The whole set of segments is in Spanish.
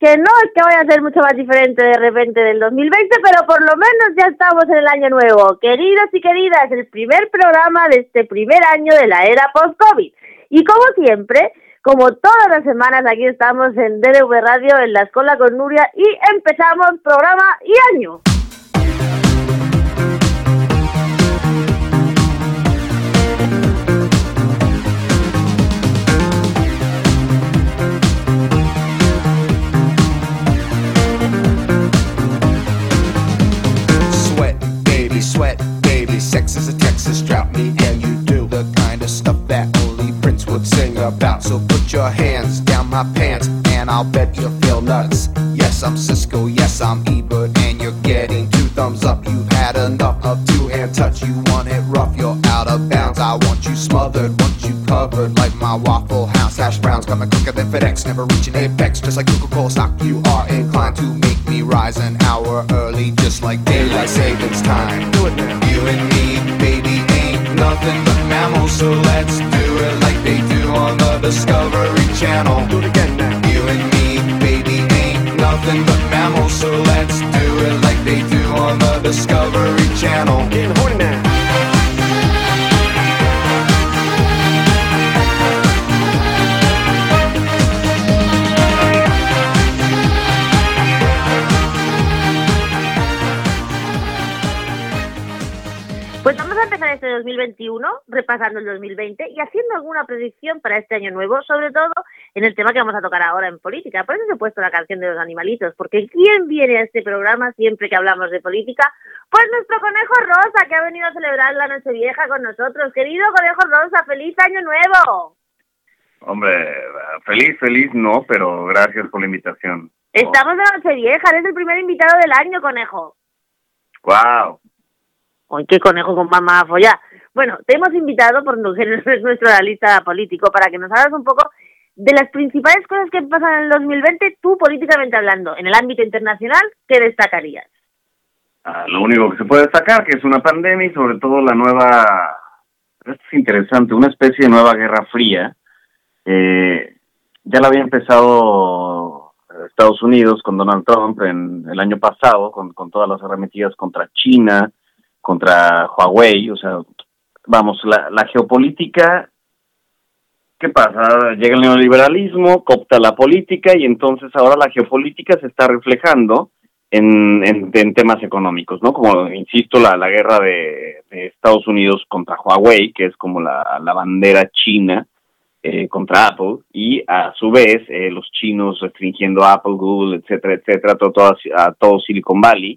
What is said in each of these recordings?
que no es que vaya a ser mucho más diferente de repente del 2020, pero por lo menos ya estamos en el año nuevo. Queridos y queridas, el primer programa de este primer año de la era post-COVID. Y como siempre, como todas las semanas, aquí estamos en DLV Radio, en La Escola con Nuria, y empezamos programa y año. Sweat, baby, sex is a Texas drought. Me and you do the kind of stuff that only Prince would sing about. So put your hands down my pants and I'll bet you'll feel nuts. Yes, I'm Cisco, yes, I'm Ebert, and you're getting 2 thumbs up. You've had enough of 2-hand touch. You want it rough, you're out of bounds. I want you smothered, want you covered like my Waffle House hash browns. Coming quicker than FedEx, never reaching apex. Just like Coca-Cola stock, you are inclined to make me rise an hour early, just like daylight savings time. Do it now. You and me, baby, ain't nothing but mammals, so let's do it like they do on the Discovery Channel. Do it again now. You and me, baby, ain't nothing but mammals, so let's do it like they do on the Discovery Channel. Getting horny now. Pues vamos a empezar este 2021 repasando el 2020 y haciendo alguna predicción para este año nuevo, sobre todo en el tema que vamos a tocar ahora en política. Por eso os he puesto la canción de los animalitos, porque ¿quién viene a este programa siempre que hablamos de política? Pues nuestro Conejo Rosa, que ha venido a celebrar la Nochevieja con nosotros. Querido Conejo Rosa, ¡feliz año nuevo! Hombre, feliz no, pero gracias por la invitación. Estamos de Nochevieja, eres el primer invitado del año, Conejo. ¡Guau! ¡Ay, qué conejo con mamá a follar! Bueno, te hemos invitado, por no ser nuestro analista político, para que nos hagas un poco de las principales cosas que pasan en el 2020, tú políticamente hablando. En el ámbito internacional, ¿qué destacarías? Lo único que se puede destacar, que es una pandemia y sobre todo la nueva... Esto es interesante, una especie de nueva guerra fría. Ya la había empezado Estados Unidos con Donald Trump en el año pasado, con todas las arremetidas contra China, contra Huawei. O sea, vamos, la geopolítica, ¿qué pasa? Llega el neoliberalismo, coopta la política y entonces ahora la geopolítica se está reflejando en temas económicos, ¿no? Como, insisto, la guerra de Estados Unidos contra Huawei, que es como la bandera china contra Apple, y a su vez los chinos restringiendo a Apple, Google, etcétera, todo Silicon Valley.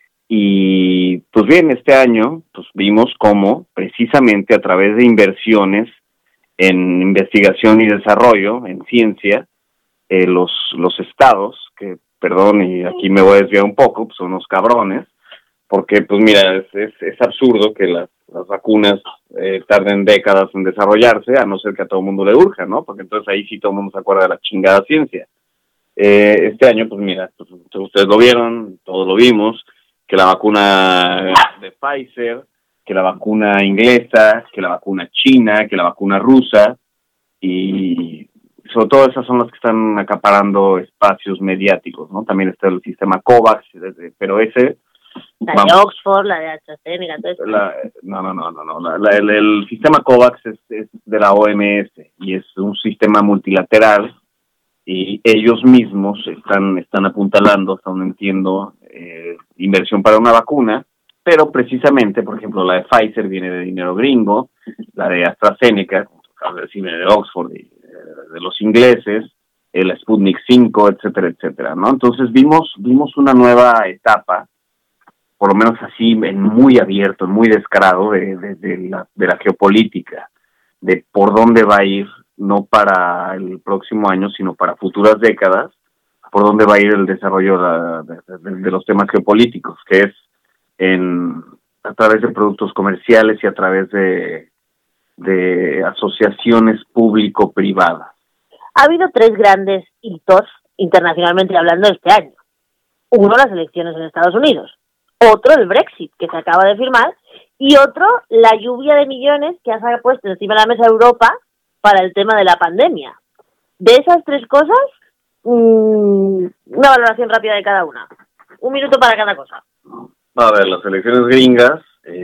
Y pues bien, este año pues vimos cómo precisamente a través de inversiones en investigación y desarrollo, en ciencia, los estados, que perdón, y aquí me voy a desviar un poco, pues son unos cabrones, porque pues mira, es absurdo que las vacunas tarden décadas en desarrollarse, a no ser que a todo el mundo le urja, ¿no? Porque entonces ahí sí todo el mundo se acuerda de la chingada ciencia. Este año, pues mira, pues, ustedes lo vieron, todos lo vimos, que la vacuna de Pfizer, que la vacuna inglesa, que la vacuna china, que la vacuna rusa, y sobre todo esas son las que están acaparando espacios mediáticos, ¿no? También está el sistema COVAX, pero ese... La de Oxford, la de AstraZeneca, todo eso. No. El sistema COVAX es de la OMS y es un sistema multilateral y ellos mismos están apuntalando, hasta donde entiendo, inversión para una vacuna, pero precisamente, por ejemplo, la de Pfizer viene de dinero gringo, la de AstraZeneca, viene de Oxford, de los ingleses, la Sputnik 5, etcétera, ¿no? Entonces vimos una nueva etapa, por lo menos así, muy abierto, muy descarado de la geopolítica, de por dónde va a ir, no para el próximo año, sino para futuras décadas, por dónde va a ir el desarrollo de los temas geopolíticos, que es a través de productos comerciales y a través de asociaciones público-privadas. Ha habido 3 grandes hitos, internacionalmente hablando, este año. Uno, las elecciones en Estados Unidos. Otro, el Brexit, que se acaba de firmar. Y otro, la lluvia de millones que ha puesto encima de la mesa Europa para el tema de la pandemia. De esas 3 cosas, Una valoración rápida de cada una. 1 minuto para cada cosa. A ver, las elecciones gringas,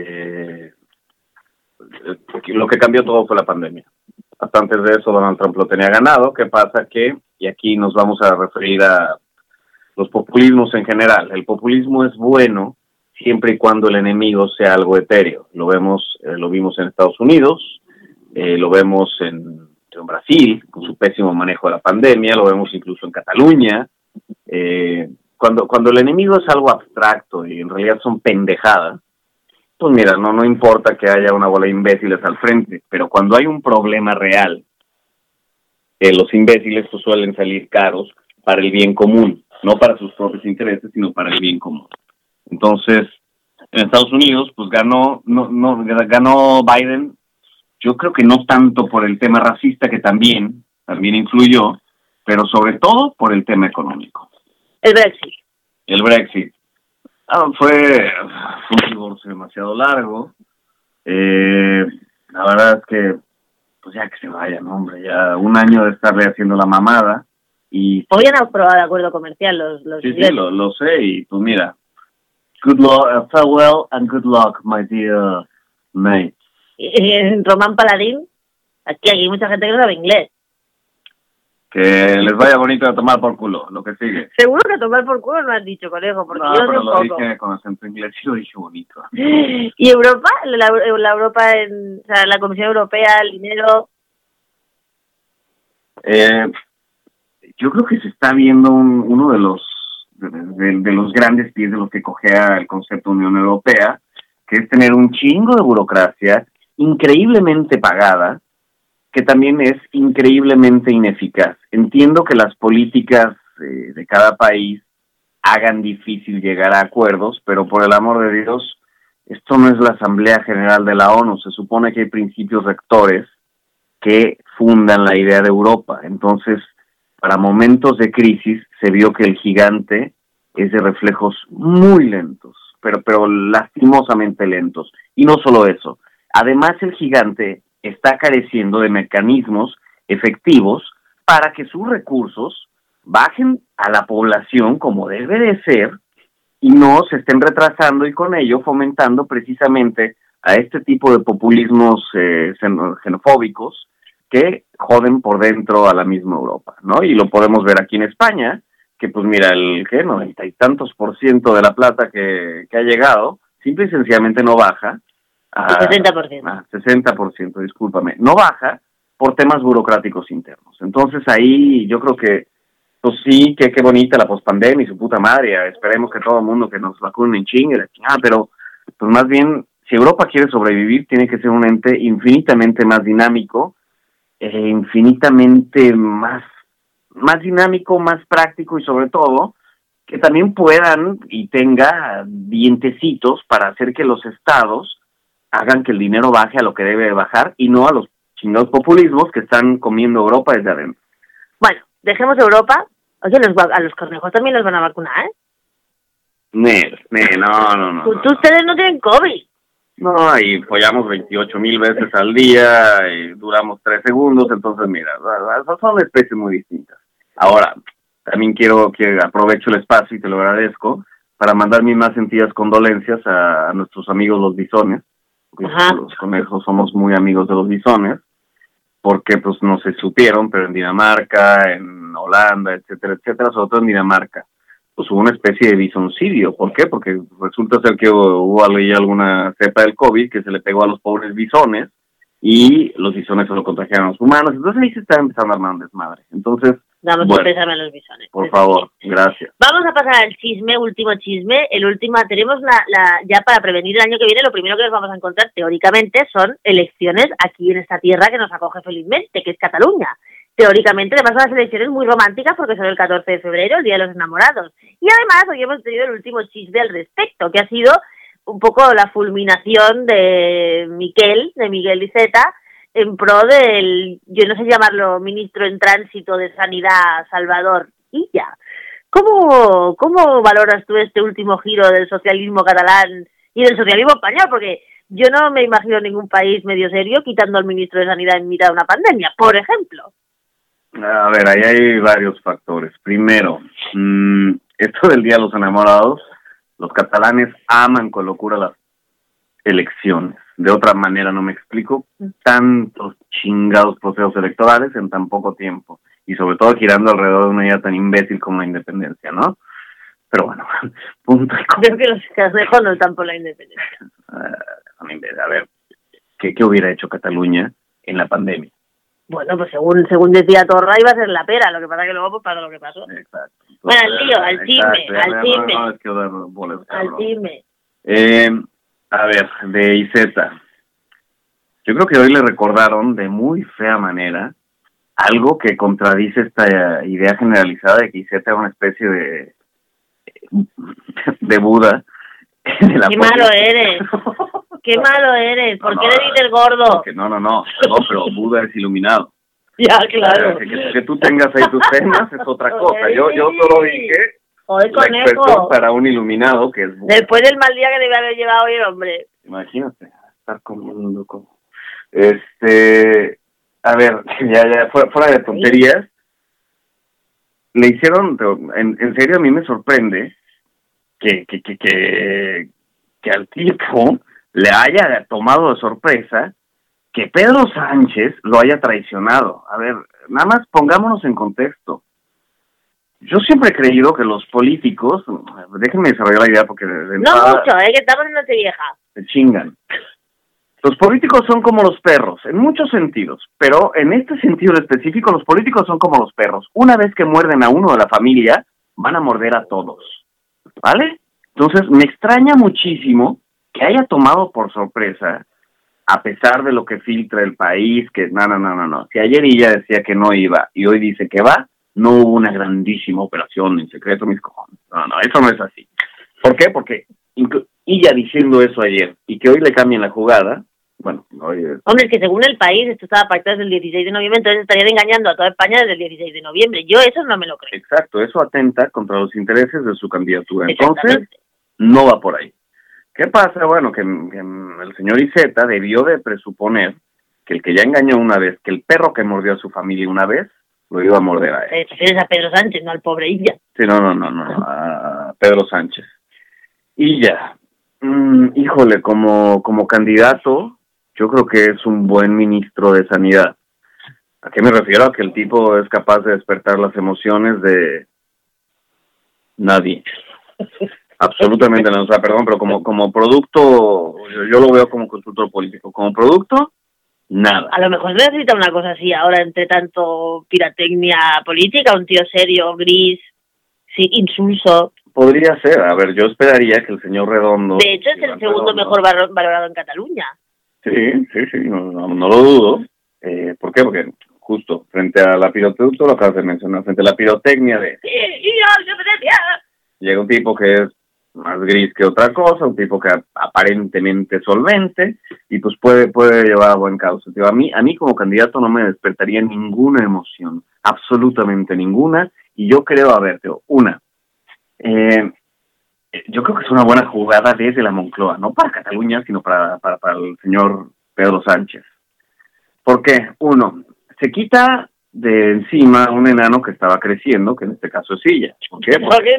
lo que cambió todo fue la pandemia. Hasta antes de eso Donald Trump lo tenía ganado. ¿Qué pasa? Que, y aquí nos vamos a referir a los populismos en general. El populismo es bueno siempre y cuando el enemigo sea algo etéreo. Lo vimos en Estados Unidos, lo vemos en Brasil, con su pésimo manejo de la pandemia, lo vemos incluso en Cataluña. Cuando el enemigo es algo abstracto y en realidad son pendejadas, pues mira, no importa que haya una bola de imbéciles al frente, pero cuando hay un problema real, los imbéciles pues suelen salir caros para el bien común, no para sus propios intereses, sino para el bien común. Entonces, en Estados Unidos, pues ganó Biden, yo creo que no tanto por el tema racista, que también influyó, pero sobre todo por el tema económico. El Brexit. Fue un divorcio demasiado largo. La verdad es que, pues ya que se vaya, ¿no, hombre? Ya 1 año de estarle haciendo la mamada. Y hoy han aprobado el acuerdo comercial los sí, lo sé, y pues mira, good luck, farewell and good luck, my dear mate. Román Paladín, aquí hay mucha gente que no sabe inglés. Que les vaya bonito a tomar por culo, lo que sigue. Seguro que tomar por culo no has dicho, conejo, porque no, yo pero sé lo poco. Dije con acento inglés y lo dije bonito. ¿Y Europa? La Europa, o sea, la Comisión Europea, el dinero... Yo creo que se está viendo uno de los grandes pies de los que cojea el concepto Unión Europea, que es tener un chingo de burocracia increíblemente pagada, que también es increíblemente ineficaz. Entiendo que las políticas de cada país hagan difícil llegar a acuerdos, pero por el amor de Dios, esto no es la Asamblea General de la ONU. Se supone que hay principios rectores que fundan la idea de Europa. Entonces, para momentos de crisis se vio que el gigante es de reflejos muy lentos, pero lastimosamente lentos. Y no solo eso, además el gigante está careciendo de mecanismos efectivos para que sus recursos bajen a la población como debe de ser y no se estén retrasando y con ello fomentando precisamente a este tipo de populismos xenofóbicos que joden por dentro a la misma Europa, ¿no? Y lo podemos ver aquí en España, que pues mira, 90 y tantos % de la plata que ha llegado, simple y sencillamente no baja. El 60%. 60%, discúlpame. No baja por temas burocráticos internos. Entonces ahí yo creo que, pues sí, que qué bonita la pospandemia y su puta madre. Esperemos que todo el mundo que nos vacunen en chingue, pero pues más bien, si Europa quiere sobrevivir, tiene que ser un ente infinitamente más dinámico, infinitamente más dinámico, más práctico y sobre todo que también puedan y tenga dientecitos para hacer que los estados hagan que el dinero baje a lo que debe bajar y no a los chingados populismos que están comiendo Europa desde adentro. Bueno, dejemos Europa. Oye, a los conejos también los van a vacunar, ¿eh? No. Ustedes no tienen COVID. No, y follamos 28,000 veces al día y duramos 3 segundos, entonces mira, son especies muy distintas. Ahora, también quiero que aprovecho el espacio y te lo agradezco para mandar mis más sentidas condolencias a nuestros amigos los bisones, porque los conejos somos muy amigos de los bisones, porque pues no se supieron, pero en Dinamarca, en Holanda, etcétera, sobre todo en Dinamarca, pues hubo una especie de bisoncidio. ¿Por qué? Porque resulta ser que hubo alguna cepa del COVID que se le pegó a los pobres bisones y los bisones se lo contagiaron a los humanos. Entonces ahí se está empezando a armar un desmadre. Entonces, damos un pésame a los bisones. Por favor, gracias. Vamos a pasar al chisme, último chisme. Tenemos ya para prevenir el año que viene, lo primero que nos vamos a encontrar teóricamente son elecciones aquí en esta tierra que nos acoge felizmente, que es Cataluña. Teóricamente, además, son las elecciones muy románticas porque son el 14 de febrero, el Día de los Enamorados. Y además, hoy hemos tenido el último chisme al respecto, que ha sido un poco la fulminación de Miguel Iceta, en pro del, yo no sé llamarlo, ministro en tránsito de Sanidad, Salvador Illa. ¿Cómo valoras tú este último giro del socialismo catalán y del socialismo español? Porque yo no me imagino ningún país medio serio quitando al ministro de Sanidad en mitad de una pandemia, por ejemplo. A ver, ahí hay varios factores. Primero, esto del Día de los Enamorados, los catalanes aman con locura las elecciones. De otra manera no me explico tantos chingados procesos electorales en tan poco tiempo. Y sobre todo girando alrededor de una idea tan imbécil como la independencia, ¿no? Pero bueno, punto. Creo que los casejos no están por la independencia. A ver, ¿qué hubiera hecho Cataluña en la pandemia? Bueno, pues según decía Torra, iba a ser la pera, lo que pasa que luego pues pasó lo que pasó. Exacto. Entonces, Bueno, al lío, al chisme. No, es que dar bolas, al chisme. A ver, de Iseta. Yo creo que hoy le recordaron de muy fea manera algo que contradice esta idea generalizada de que Iseta era una especie de Buda. ¡Qué malo eres! ¡Qué malo eres! ¿Por qué le dices gordo? No, pero Buda es iluminado. Ya, claro. Que tú tengas ahí tus temas es otra cosa. Yo solo dije Joder, la expresión para un iluminado que es Buda. Después del mal día que debe haber llevado hoy el hombre. Imagínate, estar comiendo como... A ver, ya, fuera de tonterías, le hicieron, en serio a mí me sorprende que al tipo le haya tomado de sorpresa que Pedro Sánchez lo haya traicionado. A ver, nada más pongámonos en contexto. Yo siempre he creído que los políticos, déjenme desarrollar la idea porque... No mucho, que estamos en noche vieja. Se chingan. Los políticos son como los perros, en muchos sentidos, pero en este sentido específico, los políticos son como los perros. Una vez que muerden a uno de la familia, van a morder a todos, ¿vale? Entonces, me extraña muchísimo que haya tomado por sorpresa, a pesar de lo que filtra el país, que no. Si ayer ella decía que no iba y hoy dice que va, no hubo una grandísima operación en secreto, mis cojones. No, eso no es así. ¿Por qué? Porque ella diciendo eso ayer y que hoy le cambien la jugada, bueno, hombre, es que según el país esto estaba pactado desde el 16 de noviembre, entonces estarían engañando a toda España desde el 16 de noviembre. Yo eso no me lo creo. Exacto, eso atenta contra los intereses de su candidatura. Entonces, no va por ahí. ¿Qué pasa? Bueno, que el señor Iceta debió de presuponer que el que ya engañó una vez, que el perro que mordió a su familia una vez, lo iba a morder a él. Te refieres a Pedro Sánchez, no al pobre Illa. Sí, no, a Pedro Sánchez. Y ya, híjole, como candidato, yo creo que es un buen ministro de Sanidad. ¿A qué me refiero? A que el tipo es capaz de despertar las emociones de nadie. Absolutamente no, o sea, perdón, pero como producto, yo lo veo como consultor político. Como producto, nada. A lo mejor necesita una cosa así ahora, entre tanto pirotecnia política, un tío serio, gris, sí, insulso. Podría ser, a ver, yo esperaría que el señor Redondo... De hecho, es el segundo mejor valorado en Cataluña. Sí, no lo dudo. ¿Por qué? Porque justo frente a la pirotecnia, lo acabas de mencionar, frente a la pirotecnia de... Llega un tipo que es más gris que otra cosa, un tipo que aparentemente solvente, y pues puede llevar a buen causa. A mí como candidato no me despertaría ninguna emoción, absolutamente ninguna, y yo creo, a ver, yo creo que es una buena jugada desde la Moncloa, no para Cataluña, sino para el señor Pedro Sánchez. ¿Por qué? Uno, se quita de encima un enano que estaba creciendo, que en este caso es ella. ¿Por qué? Porque...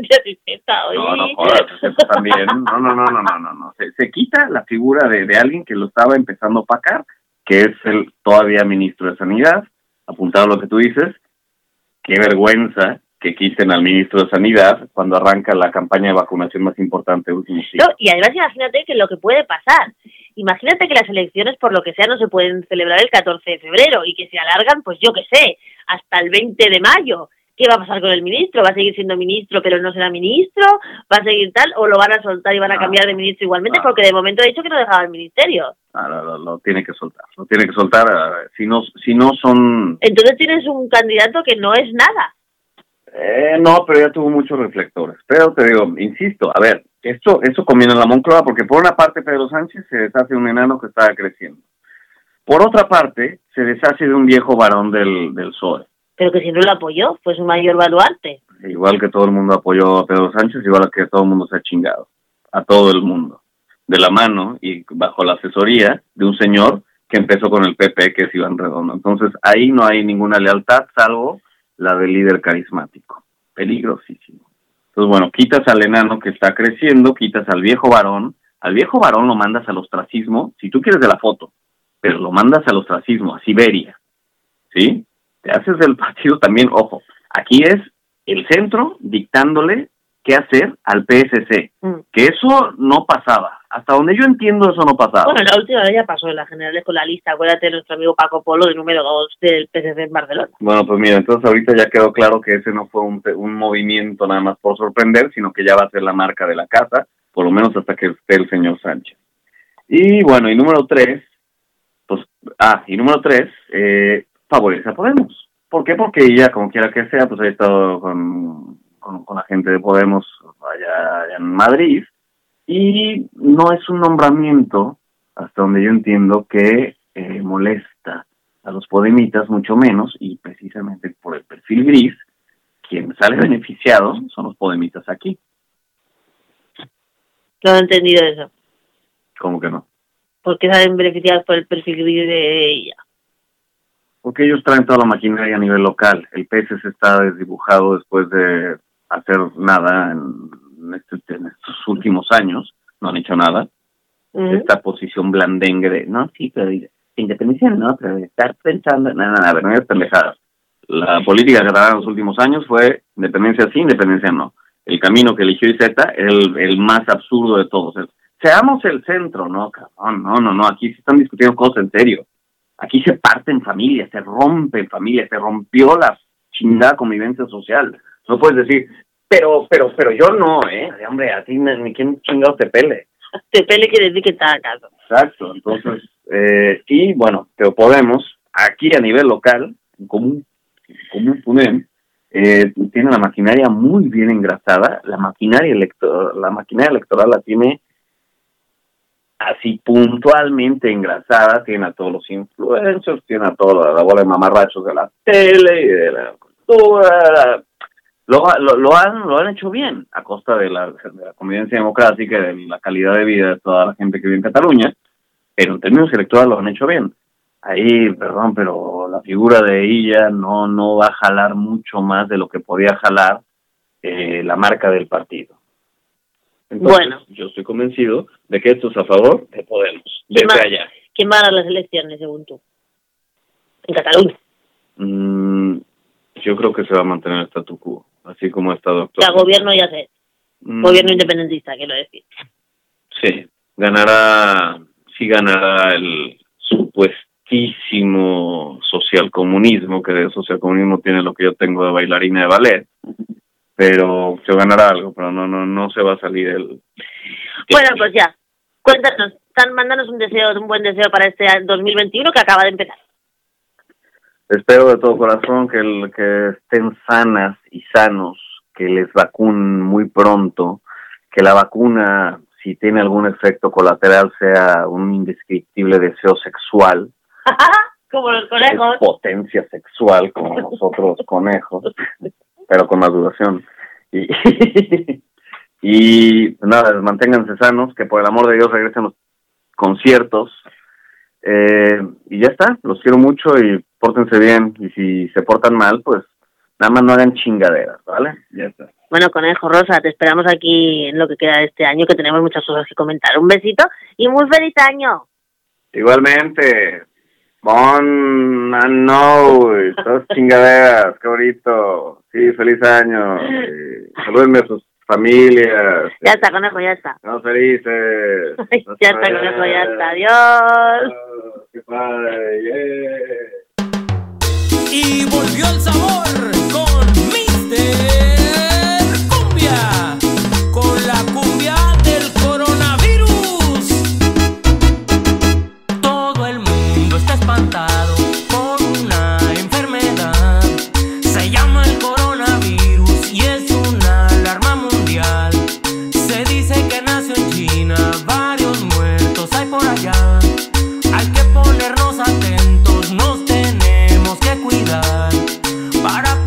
también. No. Se quita la figura de alguien que lo estaba empezando a opacar, que es el todavía ministro de Sanidad, apuntado a lo que tú dices. Qué vergüenza que quiten al ministro de Sanidad cuando arranca la campaña de vacunación más importante del último siglo. No, y además imagínate que lo que puede pasar. Imagínate que las elecciones, por lo que sea, no se pueden celebrar el 14 de febrero y que se alargan, pues yo qué sé, hasta el 20 de mayo. ¿Qué va a pasar con el ministro? ¿Va a seguir siendo ministro pero no será ministro? ¿Va a seguir tal? ¿O lo van a soltar y van a cambiar de ministro igualmente? Porque de momento ha dicho que no dejaba el ministerio. Lo tiene que soltar. Lo tiene que soltar. Si no son... Entonces tienes un candidato que no es nada. No, pero ya tuvo muchos reflectores. Pero te digo, insisto, a ver, eso conviene en la Moncloa porque por una parte Pedro Sánchez se deshace de un enano que estaba creciendo. Por otra parte, se deshace de un viejo varón del PSOE. Pero que siempre lo apoyó, fue su mayor baluarte. Igual que todo el mundo apoyó a Pedro Sánchez, igual que todo el mundo se ha chingado. A todo el mundo. De la mano y bajo la asesoría de un señor que empezó con el PP, que es Iván Redondo. Entonces, ahí no hay ninguna lealtad, salvo la del líder carismático. Peligrosísimo. Entonces, bueno, quitas al enano que está creciendo, quitas al viejo varón lo mandas al ostracismo, si tú quieres de la foto, pero lo mandas al ostracismo, a Siberia, ¿sí? Te haces del partido también, ojo, aquí es el centro dictándole qué hacer al PSC, que eso no pasaba. Hasta donde yo entiendo, eso no pasaba. Bueno, la última vez ya pasó en las generales con la lista. Acuérdate de nuestro amigo Paco Polo, de número 2 del PSC en Barcelona. Bueno, pues mira, entonces ahorita ya quedó claro que ese no fue un movimiento nada más por sorprender, sino que ya va a ser la marca de la casa, por lo menos hasta que esté el señor Sánchez. Y bueno, y número 3, favorece a Podemos. ¿Por qué? Porque ella, como quiera que sea, pues ha estado con la gente de Podemos allá en Madrid, y no es un nombramiento, hasta donde yo entiendo, que molesta a los podemitas, mucho menos, y precisamente por el perfil gris, quien sale beneficiado son los podemitas aquí. No he entendido eso. ¿Cómo que no? ¿Por qué salen beneficiados por el perfil gris de ella? Porque ellos traen toda la maquinaria a nivel local. El PSC está desdibujado después de hacer nada en estos últimos años. No han hecho nada. Esta posición blandengue no, sí, pero independencia no, pero estar pensando, nada, no es pendejada. La política catalana en los últimos años fue independencia sí, independencia no. El camino que eligió Iceta era el más absurdo de todos. Seamos el centro, no, cabrón, no, aquí se están discutiendo cosas en serio. Aquí se parten familias, se rompen familias, se rompió la chingada convivencia social. No puedes decir, pero yo no, hombre, a ti ni quién chingado te pele. Te pele quiere decir que está a casa. Exacto, entonces, y bueno, pero Podemos, aquí a nivel local, en Común Punem, tiene la maquinaria muy bien engrasada. La maquinaria electoral la tiene así puntualmente engrasada, tiene a todos los influencers, tiene a toda la bola de mamarrachos de la tele y de la cultura. Lo han hecho bien, a costa de la convivencia democrática y de la calidad de vida de toda la gente que vive en Cataluña, pero en términos electorales lo han hecho bien. Ahí, perdón, pero la figura de ella no va a jalar mucho más de lo que podía jalar la marca del partido. Entonces, bueno, yo estoy convencido de que esto es a favor de Podemos, desde allá. ¿Quién va a ganar las elecciones, según tú? En Cataluña. Yo creo que se va a mantener el statu quo, así como ha estado actualmente. O sea, gobierno ya sé. Gobierno independentista, quiero decir. Sí, ganará el supuestísimo socialcomunismo, que de socialcomunismo tiene lo que yo tengo de bailarina de ballet, pero se ganará algo, pero no se va a salir el... Bueno, pues ya, cuéntanos, mándanos un buen deseo para este 2021 que acaba de empezar. Espero de todo corazón que estén sanas y sanos, que les vacunen muy pronto, que la vacuna, si tiene algún efecto colateral, sea un indescriptible deseo sexual. Como los conejos. Es potencia sexual, como nosotros conejos, pero con más duración. Y nada, manténganse sanos, que por el amor de Dios regresen los conciertos. Y ya está, los quiero mucho y pórtense bien. Y si se portan mal, pues nada más no hagan chingaderas, ¿vale? Ya está. Bueno, Conejo Rosa, te esperamos aquí en lo que queda de este año, que tenemos muchas cosas que comentar. Un besito y muy feliz año. Igualmente. Bon año, todas chingaderas, qué bonito. Sí, feliz año. Salúdenme a sus familias. Ya está, Conejo, ya está. No, felices. Ya está, Conejo, ya está. Adiós. Qué padre, yeah. Y volvió el sabor con Mister Cumbia, con la cumbia del coronavirus. Todo el mundo está espantado por una enfermedad. Se llama el coronavirus y es una alarma mundial. Se dice que nació en China, varios muertos hay por allá. Hay que ponernos atentos, nos tenemos que cuidar para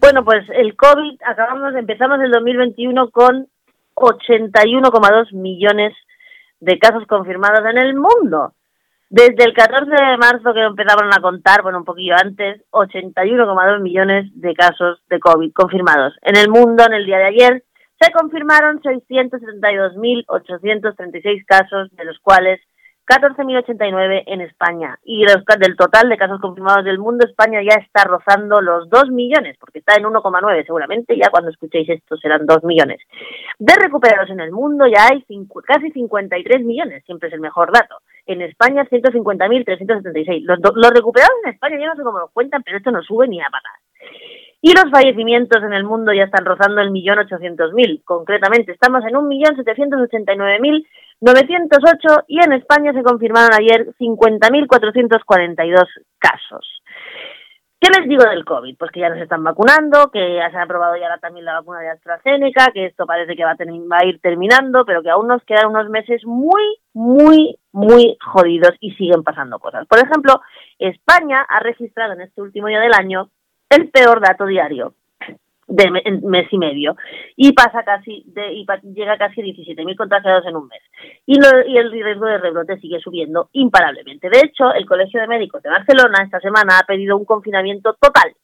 Bueno, pues el COVID, empezamos el 2021 con 81,2 millones de casos confirmados en el mundo. Desde el 14 de marzo que empezaron a contar, bueno, un poquillo antes, 81,2 millones de casos de COVID confirmados. En el mundo, en el día de ayer, se confirmaron 672.836 casos, de los cuales 14.089 en España. Y del total de casos confirmados del mundo, España ya está rozando los 2 millones, porque está en 1,9 seguramente, ya cuando escuchéis esto serán 2 millones. De recuperados en el mundo ya hay casi 53 millones, siempre es el mejor dato. En España 150.376. Los recuperados en España yo no sé cómo los cuentan, pero esto no sube ni a patas. Y los fallecimientos en el mundo ya están rozando el 1.800.000. Concretamente estamos en 1.789.908 y en España se confirmaron ayer 50.442 casos. ¿Qué les digo del COVID? Pues que ya nos están vacunando, que ya se ha aprobado ya también la vacuna de AstraZeneca, que esto parece que va a ir terminando, pero que aún nos quedan unos meses muy jodidos y siguen pasando cosas. Por ejemplo, España ha registrado en este último día del año el peor dato diario de mes y medio y llega casi a 17.000 contagiados en un mes y el riesgo de rebrote sigue subiendo imparablemente. De hecho, el Colegio de Médicos de Barcelona esta semana ha pedido un confinamiento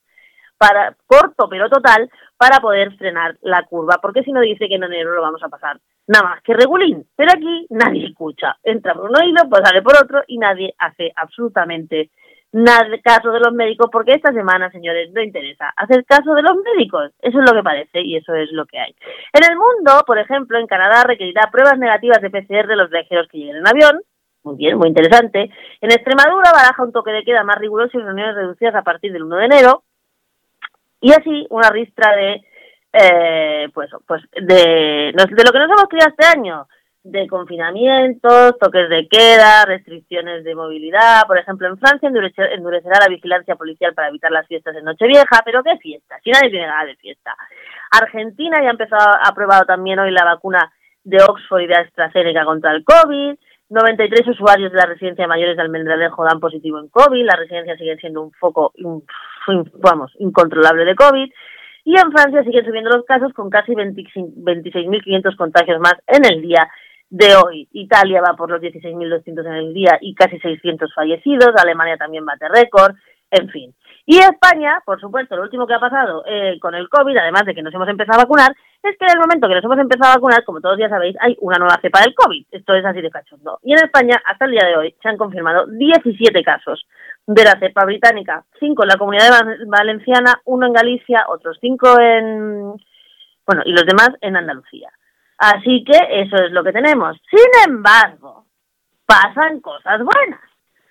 corto pero total para poder frenar la curva, porque si no dice que en enero lo vamos a pasar nada más que regulín, pero aquí nadie escucha, entra por un oído, pues sale por otro y nadie hace absolutamente nada caso de los médicos, porque esta semana, señores, no interesa hacer caso de los médicos. Eso es lo que parece y eso es lo que hay. En el mundo, por ejemplo, en Canadá requerirá pruebas negativas de PCR de los viajeros que lleguen en avión. Muy bien, muy interesante. En Extremadura baraja un toque de queda más riguroso y reuniones reducidas a partir del 1 de enero. Y así una ristra de lo que nos hemos criado este año. De confinamientos, toques de queda, restricciones de movilidad. Por ejemplo, en Francia endurecerá la vigilancia policial para evitar las fiestas en Nochevieja. ¿Pero qué fiesta? Si nadie tiene nada de fiesta. Argentina ya ha aprobado también hoy la vacuna de Oxford y de AstraZeneca contra el COVID. 93 usuarios de la residencia de mayores de Almendralejo dan positivo en COVID. La residencia sigue siendo un foco incontrolable de COVID. Y en Francia siguen subiendo los casos con casi 26.500 contagios más en el día de hoy. Italia va por los 16.200 en el día y casi 600 fallecidos. Alemania también bate récord, en fin. Y España, por supuesto, lo último que ha pasado con el COVID, además de que nos hemos empezado a vacunar, es que en el momento que nos hemos empezado a vacunar, como todos ya sabéis, hay una nueva cepa del COVID. Esto es así de cachondo. Y en España, hasta el día de hoy, se han confirmado 17 casos de la cepa británica, 5 en la Comunidad Valenciana, 1 en Galicia, otros 5 y los demás en Andalucía. Así que eso es lo que tenemos. Sin embargo, pasan cosas buenas,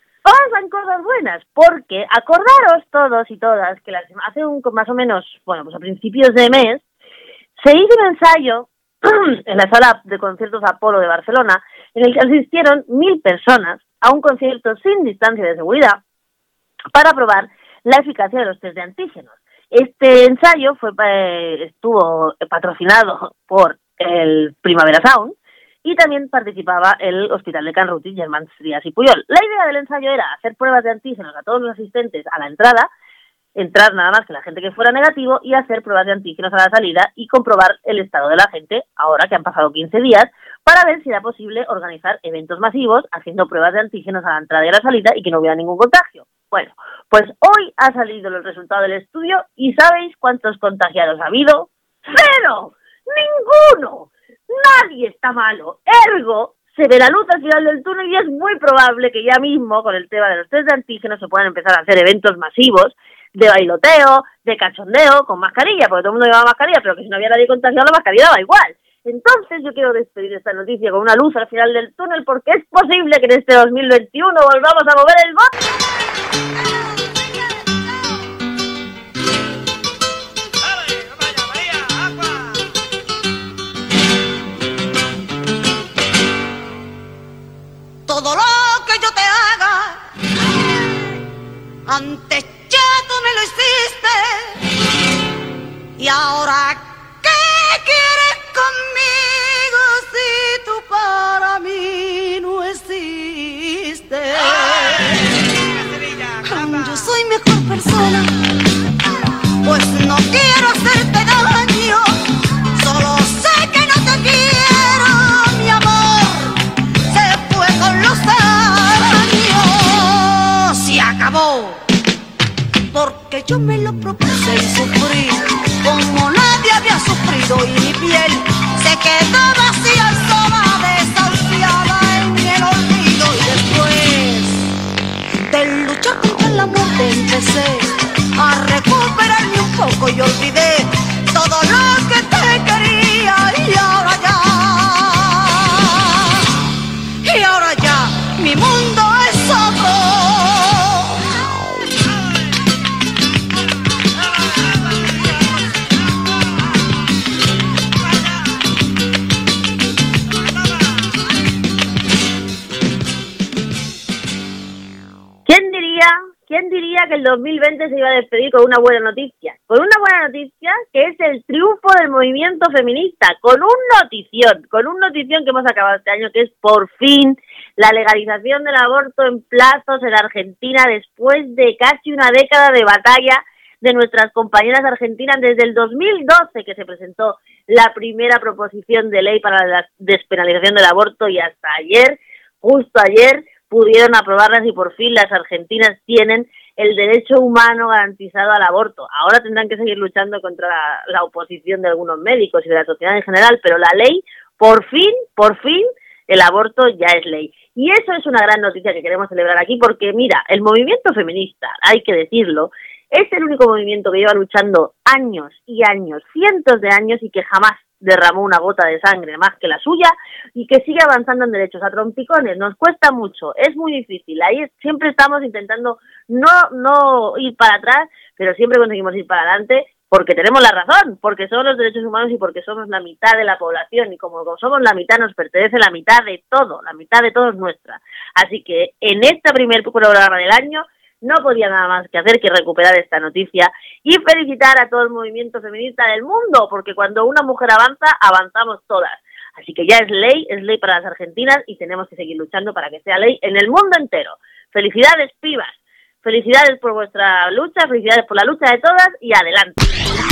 porque acordaros todos y todas que hace más o menos, a principios de mes, se hizo un ensayo en la sala de conciertos Apolo de Barcelona, en el que asistieron 1.000 personas a un concierto sin distancia de seguridad para probar la eficacia de los test de antígenos. Este ensayo estuvo patrocinado por el Primavera Sound y también participaba el Hospital de Can Ruti, Germán Trias y Puyol. La idea del ensayo era hacer pruebas de antígenos a todos los asistentes a la entrada, entrar nada más que la gente que fuera negativo y hacer pruebas de antígenos a la salida y comprobar el estado de la gente, ahora que han pasado 15 días, para ver si era posible organizar eventos masivos haciendo pruebas de antígenos a la entrada y a la salida y que no hubiera ningún contagio. Bueno, pues hoy ha salido el resultado del estudio y ¿sabéis cuántos contagiados ha habido? ¡Cero! ¡Ninguno! Nadie está malo. Ergo, se ve la luz al final del túnel y es muy probable que ya mismo, con el tema de los test de antígenos, se puedan empezar a hacer eventos masivos de bailoteo, de cachondeo, con mascarilla, porque todo el mundo llevaba mascarilla, pero que si no había nadie contagiado, la mascarilla daba igual. Entonces yo quiero despedir esta noticia con una luz al final del túnel, porque es posible que en este 2021 volvamos a mover el bote. Todo lo que yo te haga, antes ya tú me lo hiciste, y ahora ¿qué quieres conmigo si tú para mí no existes? Yo soy mejor persona, pues no quiero acabó. Porque yo me lo propuse y sufrí como nadie había sufrido, y mi piel se quedó vacía, sola, desahuciada en el olvido. Y después de luchar contra la muerte empecé a recuperarme un poco y olvidé todo lo que te quería. Y ahora ya mi mundo es otro. ¿Quién diría que el 2020 se iba a despedir con una buena noticia? Con una buena noticia que es el triunfo del movimiento feminista, con un notición que hemos acabado este año, que es por fin la legalización del aborto en plazos en Argentina después de casi una década de batalla de nuestras compañeras argentinas desde el 2012 que se presentó la primera proposición de ley para la despenalización del aborto y hasta ayer, justo ayer, pudieron aprobarlas y por fin las argentinas tienen el derecho humano garantizado al aborto. Ahora tendrán que seguir luchando contra la oposición de algunos médicos y de la sociedad en general, pero la ley, por fin, el aborto ya es ley. Y eso es una gran noticia que queremos celebrar aquí porque, mira, el movimiento feminista, hay que decirlo, es el único movimiento que lleva luchando años y años, cientos de años y que jamás derramó una gota de sangre más que la suya y que sigue avanzando en derechos a trompicones. Nos cuesta mucho, es muy difícil, ahí siempre estamos intentando no ir para atrás, pero siempre conseguimos ir para adelante porque tenemos la razón, porque somos los derechos humanos y porque somos la mitad de la población y como somos la mitad nos pertenece la mitad de todo es nuestra. Así que en este primer programa del año no podía nada más que hacer que recuperar esta noticia y felicitar a todo el movimiento feminista del mundo, porque cuando una mujer avanza, avanzamos todas. Así que ya es ley para las argentinas y tenemos que seguir luchando para que sea ley en el mundo entero. Felicidades, pibas. Felicidades por vuestra lucha, felicidades por la lucha de todas y adelante.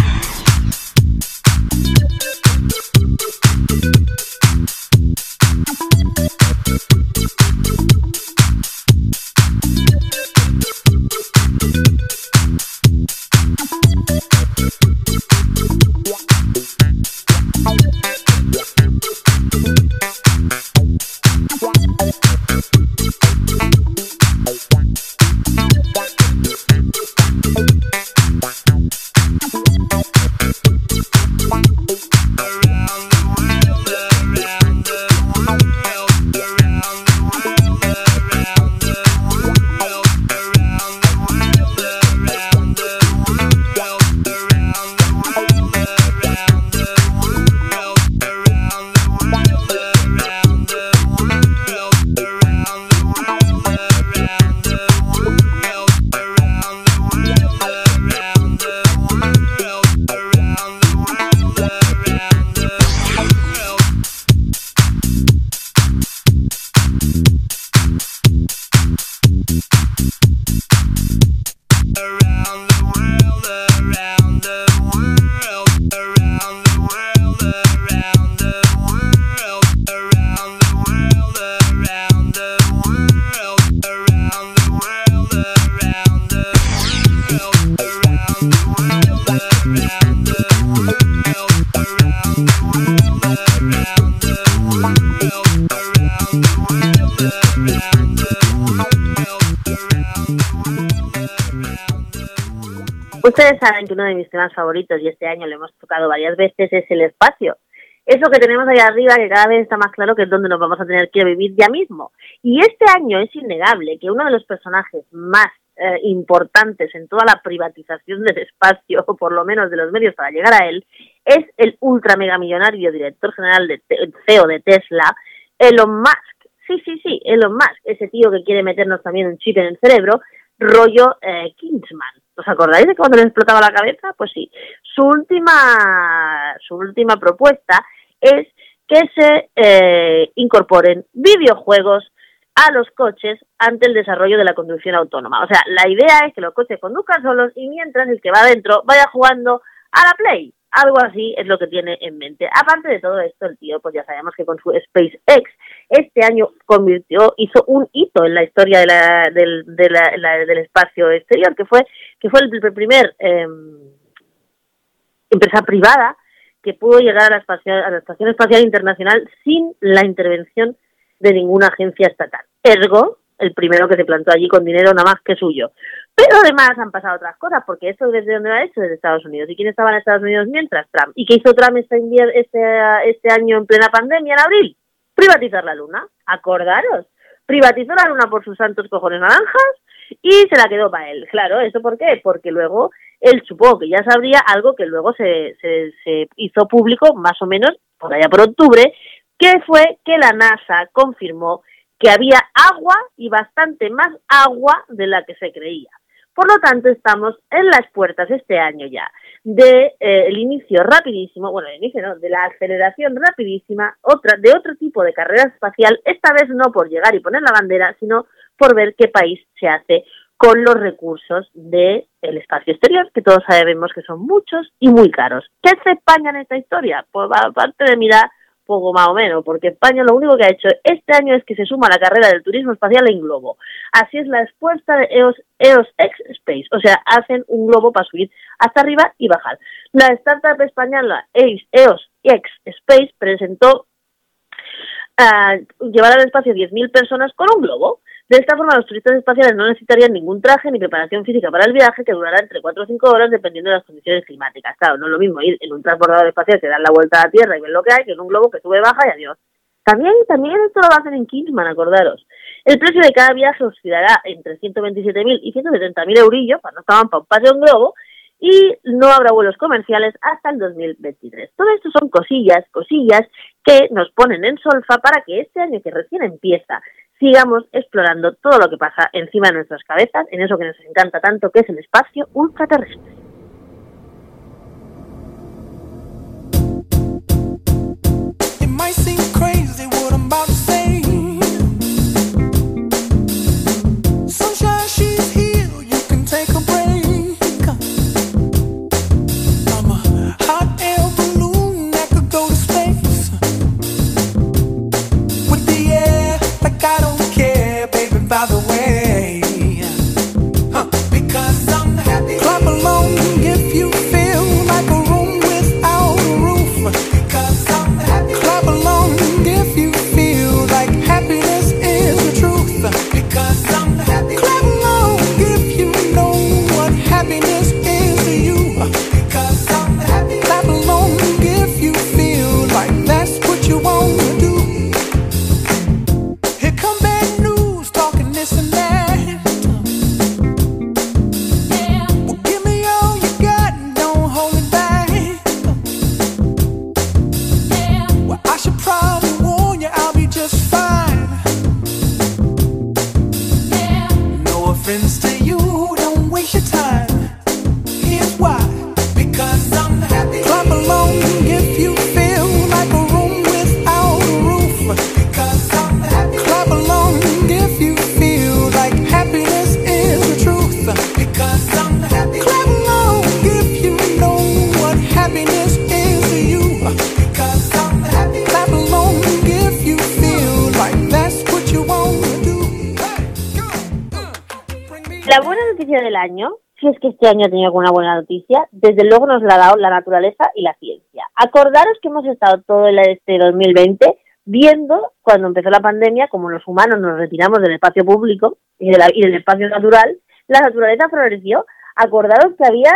Ustedes saben que uno de mis temas favoritos, y este año lo hemos tocado varias veces, es el espacio. Eso que tenemos ahí arriba, que cada vez está más claro que es donde nos vamos a tener que vivir ya mismo. Y este año es innegable que uno de los personajes más importantes en toda la privatización del espacio, o por lo menos de los medios para llegar a él, es el ultra mega millonario director general de CEO de Tesla, Elon Musk. Sí, Elon Musk, ese tío que quiere meternos también un chip en el cerebro, rollo Kingsman. ¿Os acordáis de cuando le explotaba la cabeza? Pues sí. Su última propuesta es que se incorporen videojuegos a los coches ante el desarrollo de la conducción autónoma. O sea, la idea es que los coches conduzcan solos y mientras el que va adentro vaya jugando a la Play. Algo así es lo que tiene en mente. Aparte de todo esto, el tío, pues ya sabemos que con su SpaceX este año hizo un hito en la historia del espacio exterior, que fue el primer empresa privada que pudo llegar a la Estación Espacial Internacional sin la intervención de ninguna agencia estatal. Ergo, el primero que se plantó allí con dinero nada más que suyo. Pero además han pasado otras cosas, porque esto ¿desde dónde lo ha hecho? Desde Estados Unidos. ¿Y quién estaba en Estados Unidos mientras? Trump. ¿Y qué hizo Trump este año en plena pandemia, en abril? Privatizar la luna. Acordaros. Privatizó la luna por sus santos cojones naranjas y se la quedó para él. Claro, ¿eso por qué? Porque luego él supongo que ya sabría algo que luego se hizo público más o menos por allá por octubre, que fue que la NASA confirmó que había agua y bastante más agua de la que se creía. Por lo tanto, estamos en las puertas este año ya de el inicio rapidísimo, de la aceleración rapidísima, de otro tipo de carrera espacial, esta vez no por llegar y poner la bandera, sino por ver qué país se hace con los recursos del espacio exterior, que todos sabemos que son muchos y muy caros. ¿Qué hace España en esta historia? Pues aparte de mirar poco más o menos, porque España lo único que ha hecho este año es que se suma a la carrera del turismo espacial en globo. Así es la expuesta de EOS X Space, o sea, hacen un globo para subir hasta arriba y bajar. La startup española EOS X Space presentó llevar al espacio 10.000 personas con un globo. De esta forma, los turistas espaciales no necesitarían ningún traje ni preparación física para el viaje, que durará entre 4 o 5 horas dependiendo de las condiciones climáticas. Claro, no es lo mismo ir en un transbordador espacial que dar la vuelta a la Tierra y ver lo que hay, que en un globo que sube, baja y adiós. También esto lo va a hacer en Kingsman, acordaros. El precio de cada viaje oscilará entre 127.000 y 170.000 eurillos, cuando estaban para un paseo en globo, y no habrá vuelos comerciales hasta el 2023. Todo esto son cosillas que nos ponen en solfa para que este año que recién empieza sigamos explorando todo lo que pasa encima de nuestras cabezas, en eso que nos encanta tanto, que es el espacio ultraterrestre. La buena noticia del año, si es que este año ha tenido alguna buena noticia, desde luego nos la ha dado la naturaleza y la ciencia. Acordaros que hemos estado todo este 2020 viendo, cuando empezó la pandemia, como los humanos nos retiramos del espacio público y del espacio natural, la naturaleza floreció. Acordaros que había,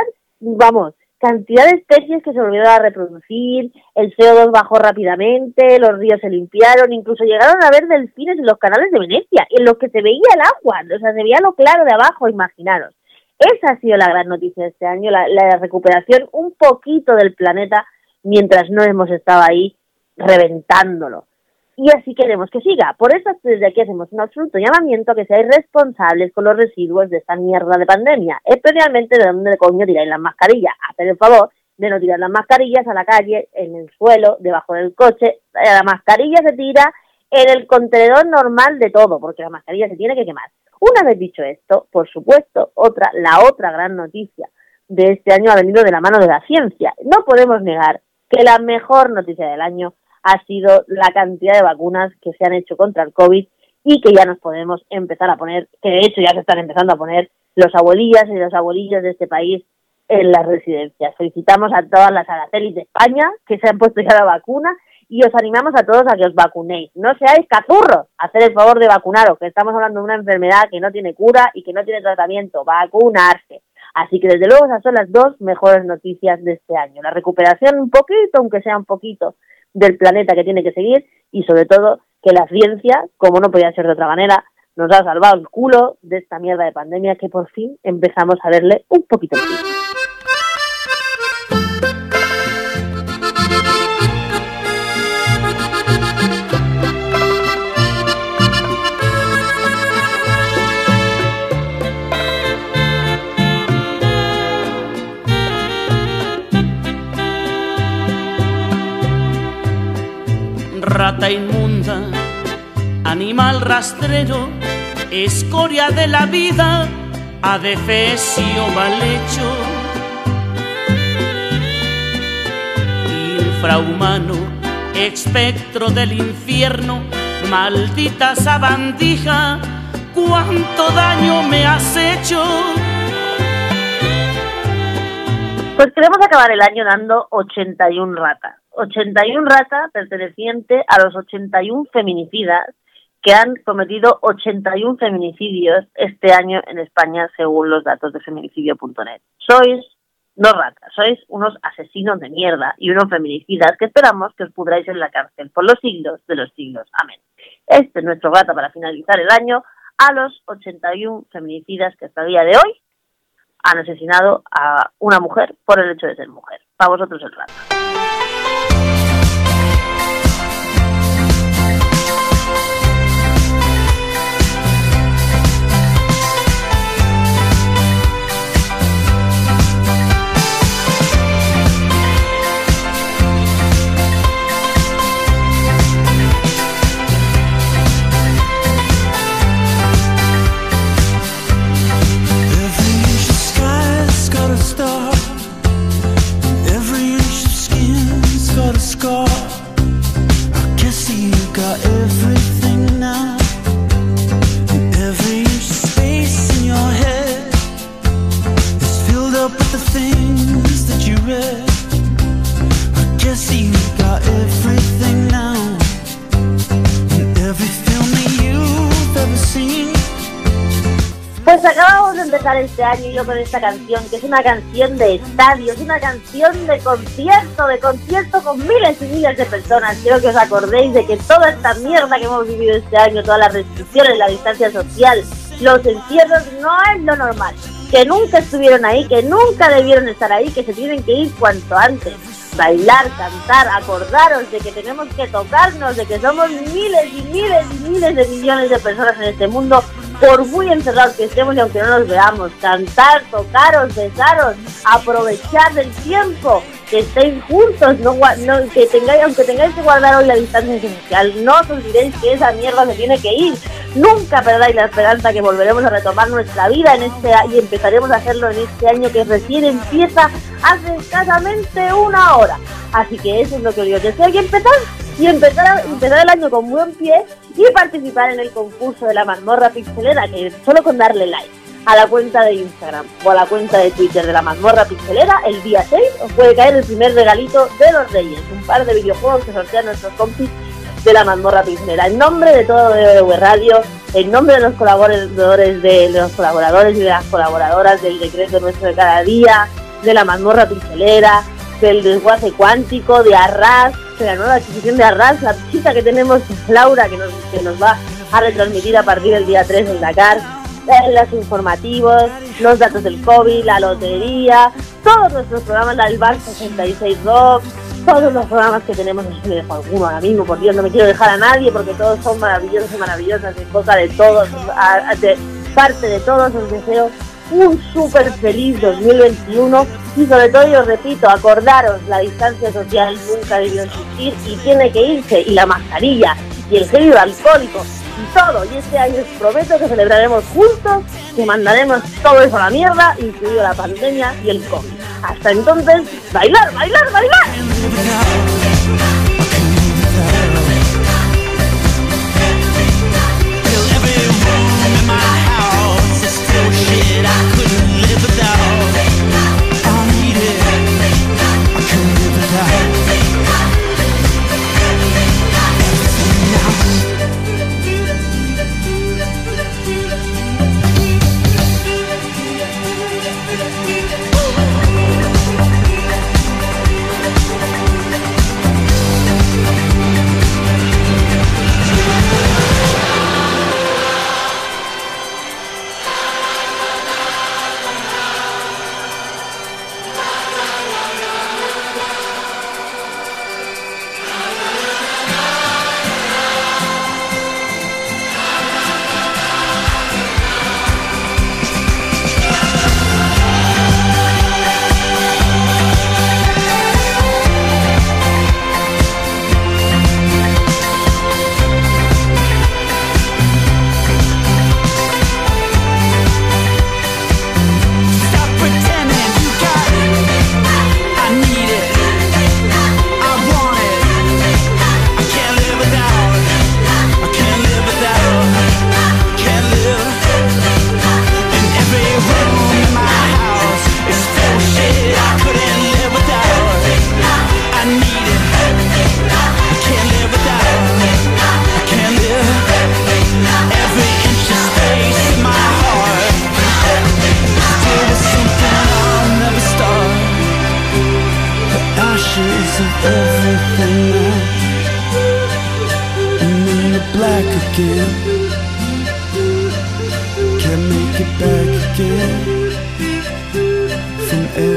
cantidad de especies que se volvieron a reproducir, el CO2 bajó rápidamente, los ríos se limpiaron, incluso llegaron a ver delfines en los canales de Venecia, en los que se veía el agua, o sea, se veía lo claro de abajo, imaginaros. Esa ha sido la gran noticia de este año, la recuperación un poquito del planeta mientras no hemos estado ahí reventándolo. Y así queremos que siga. Por eso desde aquí hacemos un absoluto llamamiento a que seáis responsables con los residuos de esta mierda de pandemia, especialmente de dónde coño tiráis las mascarillas. Haced el favor de no tirar las mascarillas a la calle, en el suelo, debajo del coche. La mascarilla se tira en el contenedor normal de todo, porque la mascarilla se tiene que quemar. Una vez dicho esto, por supuesto, la otra gran noticia de este año ha venido de la mano de la ciencia. No podemos negar que la mejor noticia del año ha sido la cantidad de vacunas que se han hecho contra el COVID y que ya nos podemos empezar a poner, que de hecho ya se están empezando a poner los abuelillas y los abuelillos de este país en las residencias. Felicitamos a todas las Aracelis de España que se han puesto ya la vacuna y os animamos a todos a que os vacunéis. No seáis cazurros, haced el favor de vacunaros, que estamos hablando de una enfermedad que no tiene cura y que no tiene tratamiento. Vacunarse. Así que desde luego esas son las dos mejores noticias de este año. La recuperación un poquito, aunque sea un poquito, del planeta que tiene que seguir y sobre todo que la ciencia, como no podía ser de otra manera, nos ha salvado el culo de esta mierda de pandemia que por fin empezamos a verle un poquito el fin. Rata inmunda, animal rastrero, escoria de la vida, adefesio mal hecho, infrahumano, espectro del infierno, maldita sabandija, cuánto daño me has hecho. Pues queremos acabar el año dando 81 ratas. 81 ratas perteneciente a los 81 feminicidas que han cometido 81 feminicidios este año en España según los datos de feminicidio.net. Sois no ratas, sois unos asesinos de mierda y unos feminicidas que esperamos que os pudráis en la cárcel por los siglos de los siglos. Amén. Este es nuestro rata para finalizar el año a los 81 feminicidas que hasta el día de hoy han asesinado a una mujer por el hecho de ser mujer. Para vosotros el rata. Pues acabamos de empezar este año y yo con esta canción, que es una canción de estadio, es una canción de concierto con miles y miles de personas. Quiero que os acordéis de que toda esta mierda que hemos vivido este año, todas las restricciones, la distancia social, los encierros, no es lo normal. Que nunca estuvieron ahí, que nunca debieron estar ahí, que se tienen que ir cuanto antes. Bailar, cantar, acordaros de que tenemos que tocarnos, de que somos miles y miles y miles de millones de personas en este mundo, por muy encerrados que estemos y aunque no nos veamos. Cantar, tocaros, besaros, aprovechar el tiempo, que estéis juntos, que tengáis, aunque tengáis que guardar hoy la distancia social, no os olvidéis que esa mierda se tiene que ir. Nunca perdáis la esperanza que volveremos a retomar nuestra vida y empezaremos a hacerlo en este año que recién empieza hace escasamente una hora. Así que eso es lo que os deseo, y empezar el año con buen pie y participar en el concurso de la mazmorra pixelera, que solo con darle like a la cuenta de Instagram o a la cuenta de Twitter de la mazmorra pixelera, el día 6 os puede caer el primer regalito de los Reyes, un par de videojuegos que sortean nuestros compis de la mazmorra pixelera. En nombre de todo de Radio, en nombre de los colaboradores y de las colaboradoras del decreto nuestro de cada día, de la mazmorra pixelera, del desguace cuántico, de Arras, de la nueva adquisición de Arras, la chica que tenemos Laura que nos va a retransmitir a partir del día 3 en Dakar, los informativos, los datos del COVID, la lotería, todos nuestros programas, la del Bar 66 Rock, todos los programas que tenemos. No sé si me dejo alguno ahora mismo, por Dios, no me quiero dejar a nadie porque todos son maravillosos y maravillosas, de cosa de todos, de parte de todos. Os deseo un súper feliz 2021 y sobre todo, yo os repito, acordaros, la distancia social nunca debió existir y tiene que irse, y la mascarilla y el gel hidroalcohólico y todo. Y este año os prometo que celebraremos juntos, que mandaremos todo eso a la mierda, incluido la pandemia y el COVID. Hasta entonces, bailar, bailar, bailar. Can't make it back again from